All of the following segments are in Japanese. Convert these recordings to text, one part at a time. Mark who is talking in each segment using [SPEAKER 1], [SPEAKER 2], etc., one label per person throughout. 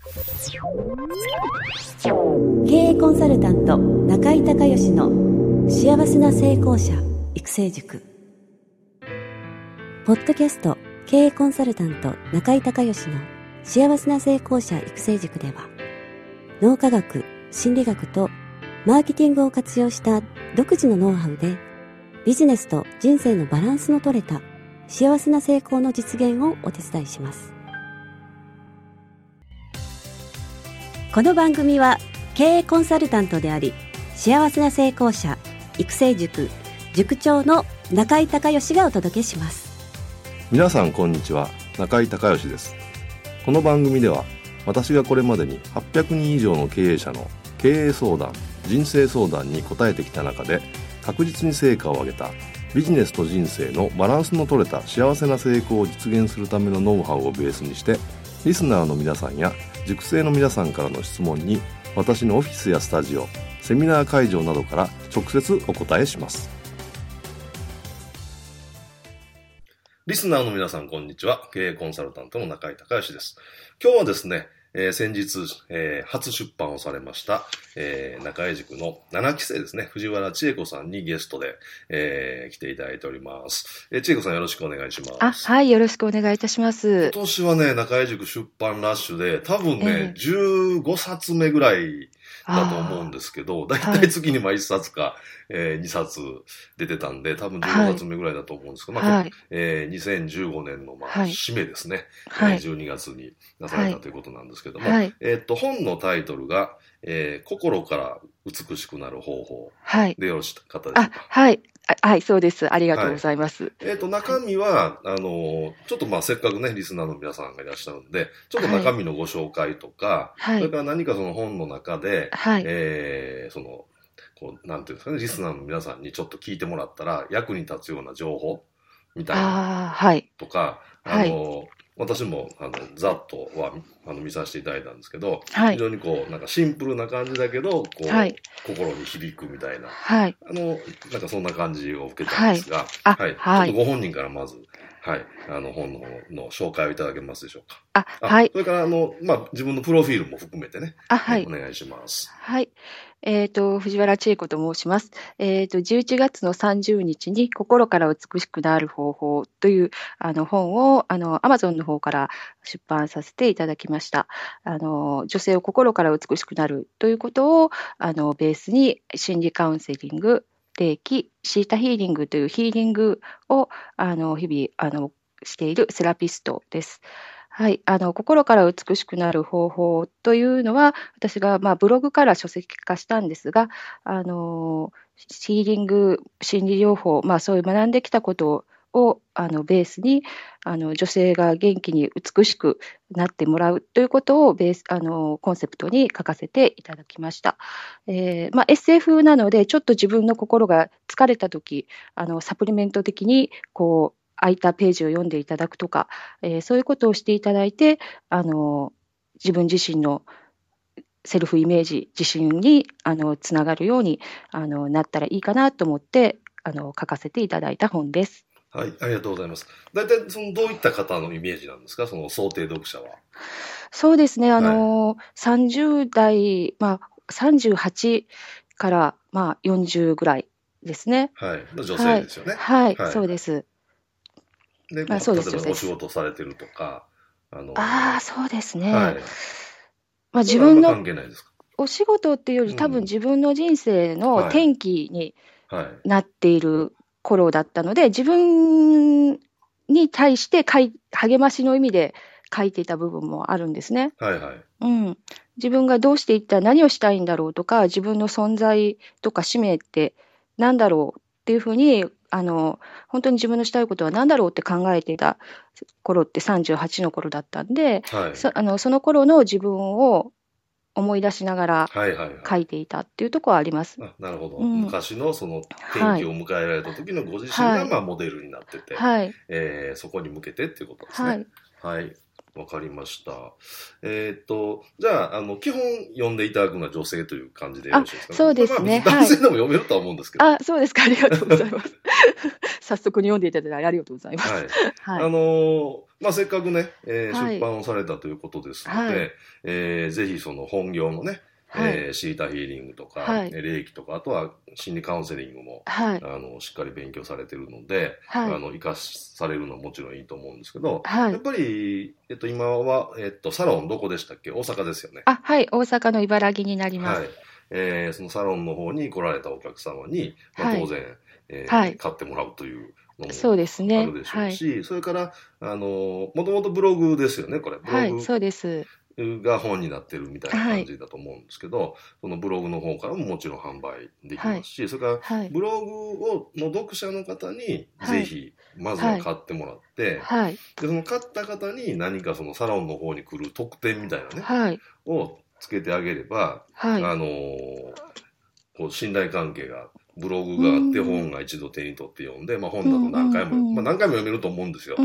[SPEAKER 1] 経営コンサルタント中井孝義の幸せな成功者育成塾。ポッドキャスト経営コンサルタント中井孝義の幸せな成功者育成塾では、脳科学、心理学とマーケティングを活用した独自のノウハウで、ビジネスと人生のバランスの取れた幸せな成功の実現をお手伝いします。この番組は経営コンサルタントであり、幸せな成功者育成塾塾長の中井孝義がお届けします。
[SPEAKER 2] 皆さんこんにちは、中井孝義です。この番組では、私がこれまでに800人以上の経営者の経営相談、人生相談に答えてきた中で、確実に成果を上げたビジネスと人生のバランスの取れた幸せな成功を実現するためのノウハウをベースにして、リスナーの皆さんや塾生の皆さんからの質問に、私のオフィスやスタジオ、セミナー会場などから直接お答えします。リスナーの皆さんこんにちは、経営コンサルタントの中井孝義です。今日はですね、先日、初出版をされました、中井塾の7期生ですね、藤原千恵子さんにゲストで、来ていただいております。千恵子さんよろしくお願いします。
[SPEAKER 3] はい、よろしくお願いいたします。
[SPEAKER 2] 今年はね、中井塾出版ラッシュで、多分ね、15冊目ぐらいだと思うんですけど、だいたい月に1冊か、2冊出てたんで、多分15冊目ぐらいだと思うんですけど、2015年の締めですね、12月になされたということなんですけども、本のタイトルが、心から美しくなる方法でよろしかったでしょうか。
[SPEAKER 3] はい、そうです。ありがとうございます。
[SPEAKER 2] 中身は、ちょっとせっかくね、リスナーの皆さんがいらっしゃるんで、ちょっと中身のご紹介とか、それから何かその本の中で、なんていうんですかね、リスナーの皆さんにちょっと聞いてもらったら役に立つような情報みたいなとか、私もざっとは見させていただいたんですけど、非常になんかシンプルな感じだけど心に響くみたいな、なんかそんな感じを受けたんですが、ちょっとご本人からまず本の紹介をいただけますでしょうか。それから自分のプロフィールも含めてね、お願いします。
[SPEAKER 3] 藤原千恵子と申します。11月の30日に心から美しくなる方法という本をAmazon の方から出版させていただきました。女性を心から美しくなるということをベースに心理カウンセリング、霊気、シータヒーリングというヒーリングを日々しているセラピストです。心から美しくなる方法というのは、私がブログから書籍化したんですが、ヒーリング、心理療法、そういう学んできたことをベースに女性が元気に美しくなってもらうということをコンセプトに書かせていただきました。SF なので、ちょっと自分の心が疲れたとき、サプリメント的に空いたページを読んでいただくとか、そういうことをしていただいて、自分自身のセルフイメージ、自信につながるようになったらいいかなと思って書かせていただいた本です。
[SPEAKER 2] はい、ありがとうございます。大体どういった方のイメージなんですか、その想定読者は。
[SPEAKER 3] そうですね、30代、38から40ぐらいですね。
[SPEAKER 2] 女性ですよね。
[SPEAKER 3] そうです。
[SPEAKER 2] で、例えばお仕事されてるとか、
[SPEAKER 3] そうですね。自分の
[SPEAKER 2] 関係ないですか？
[SPEAKER 3] お仕事っていうより、多分自分の人生の転機になっている頃だったので、自分に対して励ましの意味で書いていた部分もあるんですね。自分がどうしていったら何をしたいんだろうとか、自分の存在とか使命って何だろうっていうふうに本当に自分のしたいことは何だろうって考えていた頃って38の頃だったんで、その頃の自分を思い出しながら書いていたっていうところはあります。
[SPEAKER 2] なるほど。昔のその転機を迎えられた時のご自身がモデルになってて、そこに向けてっていうことですね。 わかりました。じゃあ、基本読んでいただくのは女性という感じでよろしいですかね。
[SPEAKER 3] そうですね。
[SPEAKER 2] 男性でも読めるとは思うんですけど。
[SPEAKER 3] そうですか。ありがとうございます。早速に読んでいただいてありがとうございます。
[SPEAKER 2] はい。せっかくね、出版をされたということですので、ぜひその本業のね、シータヒーリングとか、霊気とか、あとは心理カウンセリングも、しっかり勉強されてるので、活かされるのはもちろんいいと思うんですけど、やっぱり、今は、サロンどこでしたっけ？大阪ですよね。
[SPEAKER 3] はい、大阪の茨城になります。
[SPEAKER 2] そのサロンの方に来られたお客様に、当然、買ってもらうというのもあるでしょうし、それから、もともとブログですよね、これ。ブログ
[SPEAKER 3] そうです。
[SPEAKER 2] が本になってるみたいな感じだと思うんですけど、そのブログの方からももちろん販売できますし、それからブログの読者の方にぜひまずは買ってもらって、でその買った方に何かそのサロンの方に来る特典みたいなね、をつけてあげれば、こう信頼関係がブログがあって本が一度手に取って読んで、本だと何回も読めると思うんですよ。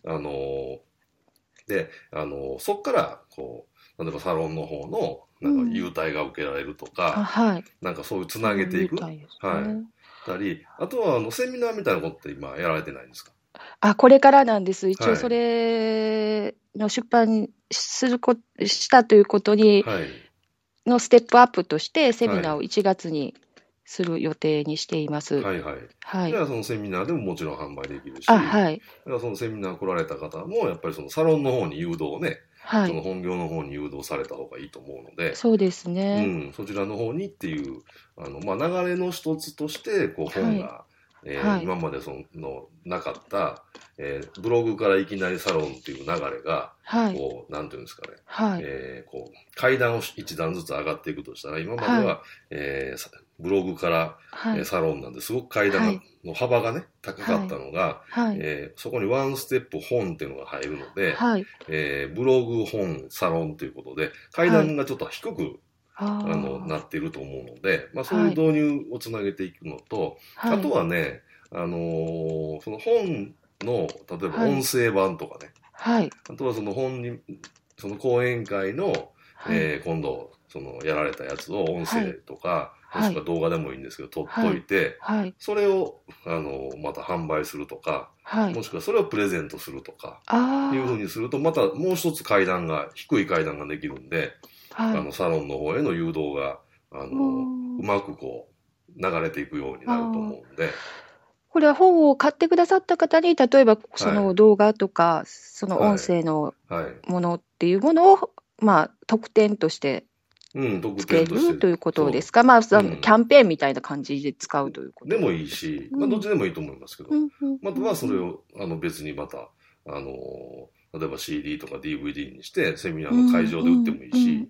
[SPEAKER 2] で、そこから、こう、例えばサロンの方の、なんか、優待が受けられるとか、なんかそういうつなげていく。たり、あとは、セミナーみたいなことって今やられてないんですか？
[SPEAKER 3] これからなんです。一応それの出版したということに、のステップアップとして、セミナーを1月にする予定にしています。
[SPEAKER 2] じゃあそのセミナーでももちろん販売できるし、だからそのセミナー来られた方もやっぱりそのサロンの方に誘導をね、その本業の方に誘導された方がいいと思うので、
[SPEAKER 3] そうですね。
[SPEAKER 2] そちらの方にっていう、流れの一つとして、こう本が、今までそのなかった、ブログからいきなりサロンっていう流れが、こう、なんていうんですかね、こう、階段を一段ずつ上がっていくとしたら、今までは、ブログから、サロンなんですごく階段の幅がね、高かったのが、そこにワンステップ本っていうのが入るので、ブログ、本、サロンということで、階段がちょっと低く、なっていると思うので、そういう導入をつなげていくのと、あとはね、その本の、例えば音声版とかね、あとはそのその講演会の、今度、そのやられたやつを音声とか、もしくは動画でもいいんですけど、撮っといて、それを、また販売するとか、もしくはそれをプレゼントするとか、いうふうにすると、またもう一つ低い階段ができるんで、サロンの方への誘導が、うまくこう、流れていくようになると思うんで。
[SPEAKER 3] これは本を買ってくださった方に、例えばその動画とか、その音声のものっていうものを、特典としてつけるということですか？キャンペーンみたいな感じで使うということ
[SPEAKER 2] でもいいし、どっちでもいいと思いますけど、またはそれを別にまた、例えば CD とか DVD にしてセミナーの会場で売ってもいいし、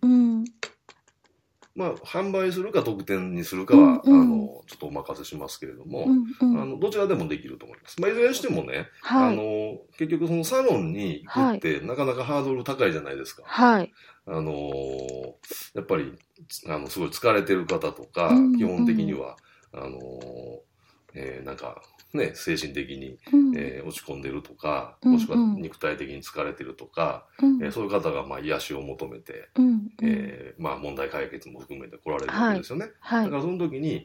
[SPEAKER 2] 販売するか特典にするかは、ちょっとお任せしますけれども、どちらでもできると思います。いずれにしてもね、結局そのサロンに行くってなかなかハードル高いじゃないですか。やっぱり、すごい疲れてる方とか、基本的には、なんか、ね、精神的に、落ち込んでるとか、もしくは肉体的に疲れてるとか、そういう方が癒しを求めて、問題解決も含めて来られるわけですよね。だからその時に、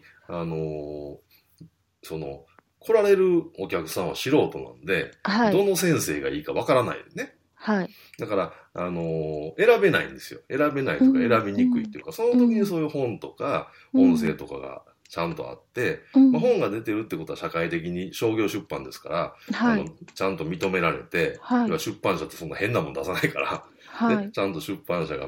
[SPEAKER 2] 来られるお客さんは素人なんで、どの先生がいいかわからないですね。だから、選べないんですよ。選べないとか選びにくいっていうか、その時にそういう本とか、音声とかが、ちゃんとあって、本が出てるってことは社会的に商業出版ですから、ちゃんと認められて、出版社ってそんな変なもん出さないから、ちゃんと出版社が、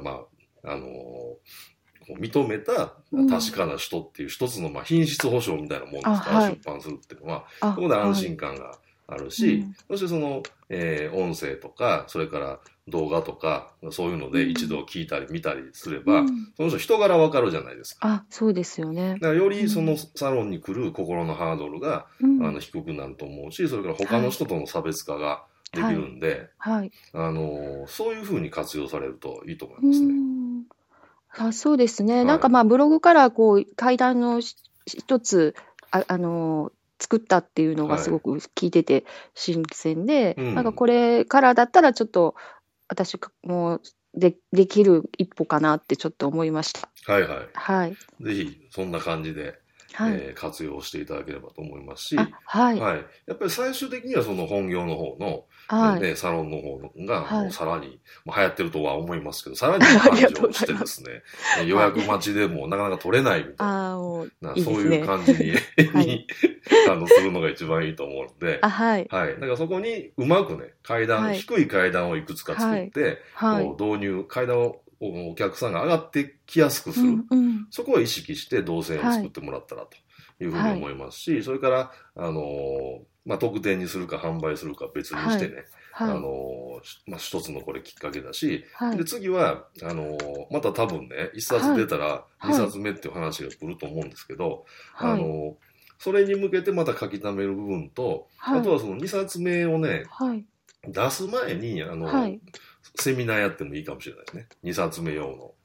[SPEAKER 2] 認めた確かな人っていう一つの品質保証みたいなもんですから、出版するっていうのは、そこで安心感があるし、そしてその、音声とか、それから動画とか、そういうので一度聞いたり見たりすれば、その人柄わかるじゃないですか。
[SPEAKER 3] そうですよね。
[SPEAKER 2] だからよりそのサロンに来る心のハードルが、低くなると思うし、それから他の人との差別化ができるんで、そういうふうに活用されるといいと思いますね。
[SPEAKER 3] そうですね。なんかブログからこう階段の一つ、作ったっていうのがすごく聞いてて新鮮で、なんかこれからだったらちょっと私もできる一歩かなってちょっと思いました。
[SPEAKER 2] はいはい。
[SPEAKER 3] はい。
[SPEAKER 2] ぜひそんな感じで、
[SPEAKER 3] はい、
[SPEAKER 2] 活用していただければと思いますし、
[SPEAKER 3] はい。
[SPEAKER 2] はい。やっぱり最終的にはその本業の方の、サロンの方がもうさらに、流行ってるとは思いますけど、さらに繁盛してですね、予約待ちでもなかなか取れないみたいな、そういう感じにするのが一番いいと思うので、はい。だからそこにうまくね、低い階段をいくつか作って、階段をお客さんが上がってきやすくする、そこを意識して動線を作ってもらったらというふうに思いますし、それから、特典にするか販売するか別にしてね、一つのこれきっかけだし、で次はまた多分ね、一冊出たら二冊目っていう話が来ると思うんですけど、それに向けてまた書き溜める部分と、あとはその2冊目をね、出す前にセミナーやってもいいかもしれないですね。2冊目用の。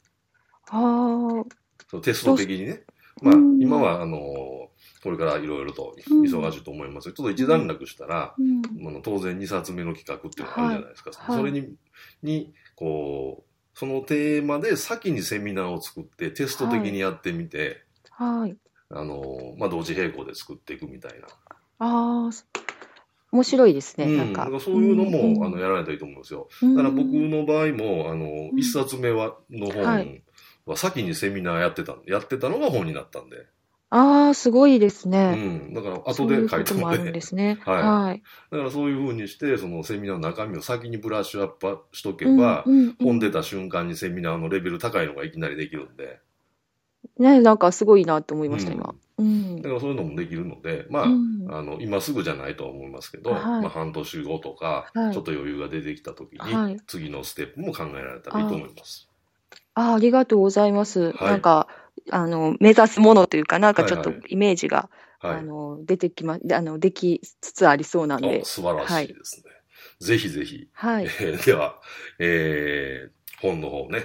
[SPEAKER 2] テスト的にね。今はこれからいろいろと忙しいと思いますけど、ちょっと一段落したら、当然2冊目の企画っていうのがあるじゃないですか。それにこう、そのテーマで先にセミナーを作ってテスト的にやってみて、同時並行で作っていくみたいな。
[SPEAKER 3] 面白いですね。
[SPEAKER 2] なんかそういうのも、やられたらいいと思うんですよ。だから僕の場合も、一冊目の本は先にセミナーやってたのが本になったんで。
[SPEAKER 3] すごいですね。
[SPEAKER 2] だから後で書いたので。
[SPEAKER 3] あるんですね。
[SPEAKER 2] だからそういうふうにして、そのセミナーの中身を先にブラッシュアップしとけば、本出た瞬間にセミナーのレベル高いのがいきなりできるんで。
[SPEAKER 3] なんかすごいなと思いました、今。
[SPEAKER 2] だからそういうのもできるので、今すぐじゃないとは思いますけど、半年後とか、ちょっと余裕が出てきた時に、次のステップも考えられたらいいと思います。
[SPEAKER 3] ありがとうございます。なんか、目指すものというか、なんかちょっとイメージが、出てきできつつありそうなんで。
[SPEAKER 2] 素晴らしいですね。ぜひぜひ。では、本の方ね、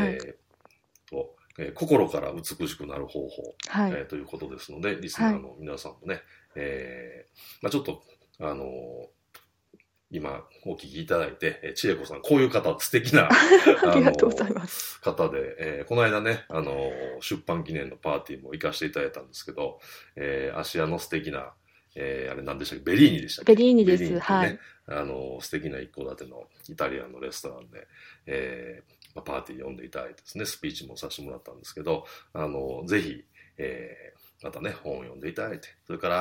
[SPEAKER 2] 心から美しくなる方法、ということですので、リスナーの皆さんもね、ちょっと、今お聞きいただいて、千恵子さん、こういう方、素敵な、
[SPEAKER 3] ありがとうございます。
[SPEAKER 2] 方で、この間ね、出版記念のパーティーも行かせていただいたんですけど、芦屋の素敵な、あれ何でしたっけ、ベリーニでしたっけ。
[SPEAKER 3] ベリーニです。はい。
[SPEAKER 2] 素敵な一戸建てのイタリアンのレストランで、パーティー呼んでいただいてですね、スピーチもさせてもらったんですけど、ぜひ、またね、本を読んでいただいて、それから、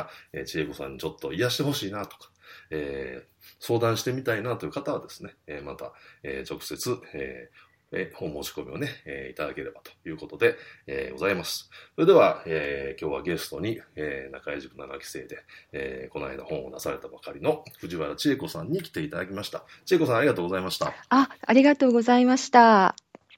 [SPEAKER 2] 千恵子さんにちょっと癒してほしいなとか、相談してみたいなという方はですね、また、直接、本申し込みをね、いただければということで、ございます。それでは、今日はゲストに、中井塾7期生で、この間本を出されたばかりの藤原千恵子さんに来ていただきました。千恵子さん、ありがとうございました。
[SPEAKER 3] ありがとうございました。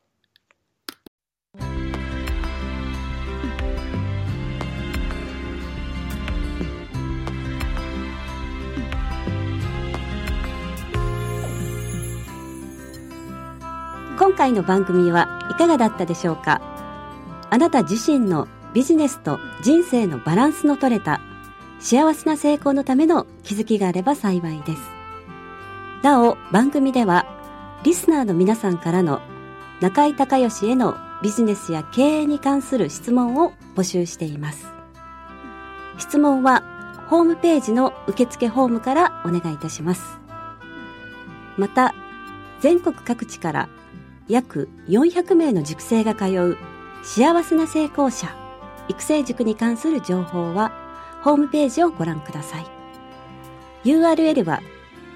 [SPEAKER 1] 今回の番組はいかがだったでしょうか。あなた自身のビジネスと人生のバランスの取れた幸せな成功のための気づきがあれば幸いです。なお、番組ではリスナーの皆さんからの中井孝義へのビジネスや経営に関する質問を募集しています。質問はホームページの受付フォームからお願いいたします。また、全国各地から約400名の塾生が通う幸せな成功者育成塾に関する情報はホームページをご覧ください。 URL は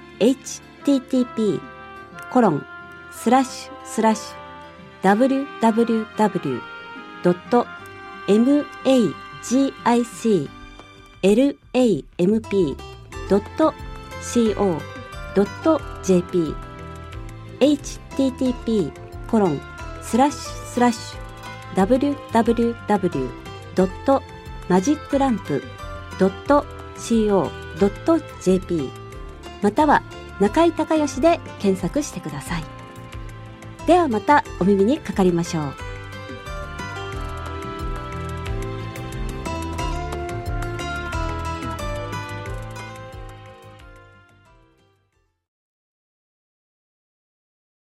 [SPEAKER 1] http://www.magiclamp.co.jp http://www.magiclamp.co.jp または中井孝義で検索してください。ではまたお耳にかかりましょう。